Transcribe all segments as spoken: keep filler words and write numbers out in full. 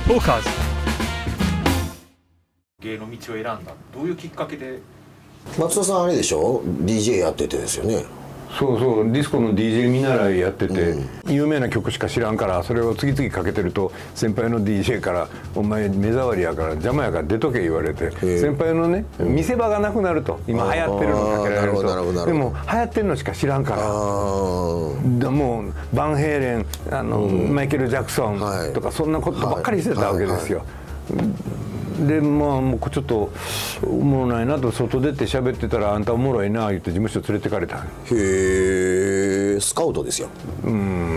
トーカーズ。 芸の道を選んだどういうきっかけで？ 松田さんあれでしょ ディージェー やっててですよね。 そうそう、ディスコの ディージェー 見習いやってて、うん、有名な曲しか知らんからそれを次々かけてると先輩の ディージェー から「お前目障りやから邪魔やから出とけ」言われて、先輩のね、うん、見せ場がなくなると、今流行ってるのかけられると、でも流行ってるのしか知らんから、もうバンヘイレン、あの、うん、マイケル・ジャクソンとか、はい、そんなことばっかりしてたわけですよ。はいはいはい、でまあもうちょっとおもろないなと外出て喋ってたら「あんたおもろいな」言って事務所連れてかれた。 へえ、スカウトですよ。うん、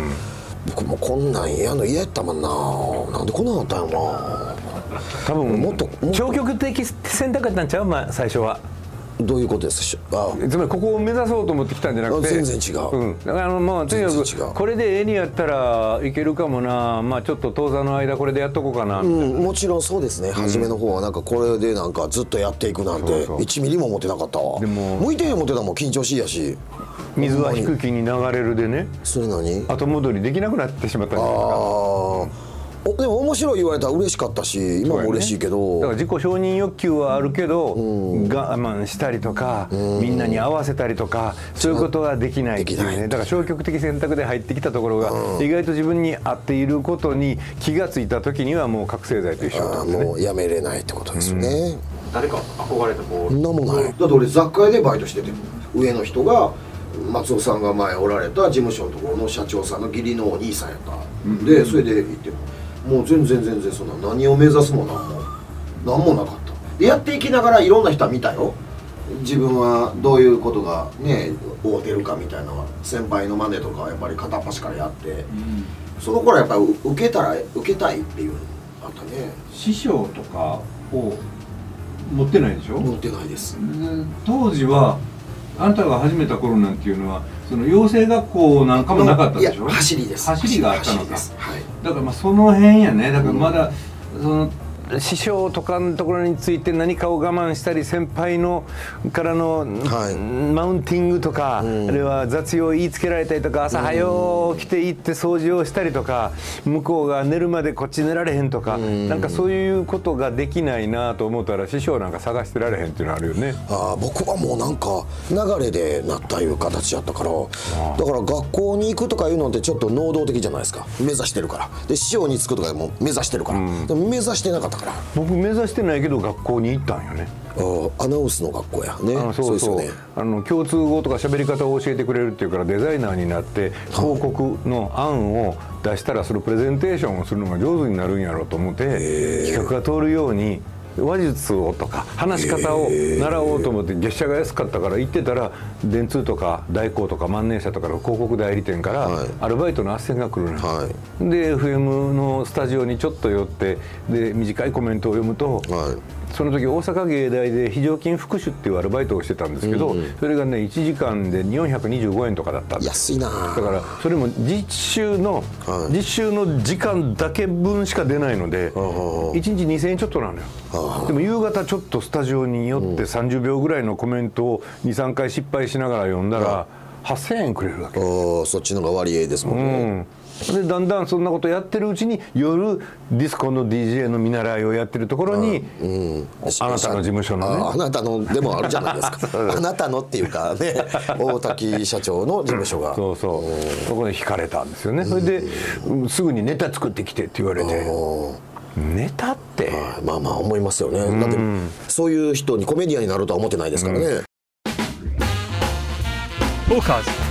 僕もこんなんやの嫌やったもんな。なんでこんなんあったんやろな。 多分もっと消極的選択だったんちゃう、まあ、最初は。 どういうことですか。ああ、 つまりここを目指そうと思ってきたんじゃなくて、 全然違う、 うん、だからあの、まあ、とにかくこれで絵にやったらいけるかもな、まあ、ちょっと当座の間これでやっとこうかなみたいな、うん、 もちろんそうですね、うん、初めの方はなんかこれでなんかずっとやっていくなんていちミリも思ってなかったわ。でも向いてへん思ってたもん、緊張しいやし。 水は低きに流れるでね、 それ何後戻りできなくなってしまったんじゃないですか。 あでも面白い言われたら嬉しかったし、今も嬉しいけど、ね、 だから自己承認欲求はあるけど、うん、我慢したりとか、うん、みんなに合わせたりとか、そういうことができないっていうね。だから消極的選択で入ってきたところが、うん、意外と自分に合っていることに気がついた時にはもう覚醒剤と一緒だ、ね、 もうやめれないってことですよね、うん、 誰か憧れたこう、 そんなもんない。だって俺雑貨屋でバイトしてて、上の人が松尾さんが前おられた事務所のところの社長さんの義理のお兄さんやった、うん、でそれで行ってもう全然全然そんな何を目指すも何も何もなかった。でやっていきながらいろんな人は見たよ。自分はどういうことがね合うてるかみたいなのは、先輩の真似とかはやっぱり片っ端からやって、うん、その頃はやっぱり受けたら受けたいっていうのあったね。 師匠とかを持ってないでしょ。 持ってないです。 当時はあんたが始めた頃なんていうのはその養成学校なんかもなかったでしょ。 いや走りです。 走りがあったのか、 はい、 だからまあその辺やね。だからまだその師匠とかのところについて何かを我慢したり、先輩のからの、はい、マウンティングとか、うん、あるいは雑用言いつけられたりとか、朝早起きて行って掃除をしたりとか、向こうが寝るまでこっち寝られへんとか、うん、なんかそういうことができないなと思ったら師匠なんか探してられへんっていうのあるよね。 あ、僕はもうなんか流れでなったいう形やったから、だから学校に行くとかいうのってちょっと能動的じゃないですか。目指してるから。で師匠につくとかも目指してるから、うん、でも目指してなかったから。 僕目指してないけど学校に行ったんよね。 あ、アナウンスの学校やね。 あ、そうそう、そうですよね。あの共通語とか喋り方を教えてくれるっていうから、デザイナーになって広告の案を出したらそのプレゼンテーションをするのが上手になるんやろうと思って企画が通るように話術をとか話し方を習おうと思って、月謝が安かったから行ってたら、電通とか大光とか万年社とかの広告代理店からアルバイトの斡旋が来るのよ、はい、で エフエム のスタジオにちょっと寄って、で短いコメントを読むと、はい、その時大阪芸大で非常勤副手っていうアルバイトをしてたんですけど、うんうん、それがねいちじかんでよんひゃくにじゅうごえんとかだったんです。 安いな。 だからそれも実習の、はい、実習の時間だけ分しか出ないので、いちにちにせんえんちょっとなのよ。でも夕方ちょっとスタジオに寄ってさんじゅうびょうぐらいのコメントをにさんかい失敗しながら読んだらはっせんえんくれるわけ。 そっちの方が割合ですもんね、 うん、でだんだんそんなことやってるうちに、夜ディスコの ディージェー の見習いをやってるところに、うん、あなたの事務所のね、 あ, あなたのでもあるじゃないですかあなたのっていうかね、大滝社長の事務所が、 そうそう、そこで惹かれたんですよね。それで、うん、すぐにネタ作ってきてって言われて、ネタって、 はい、まあまあ思いますよね、うん、だってそういう人にコメディアンになるとは思ってないですからね、 トーカーズ。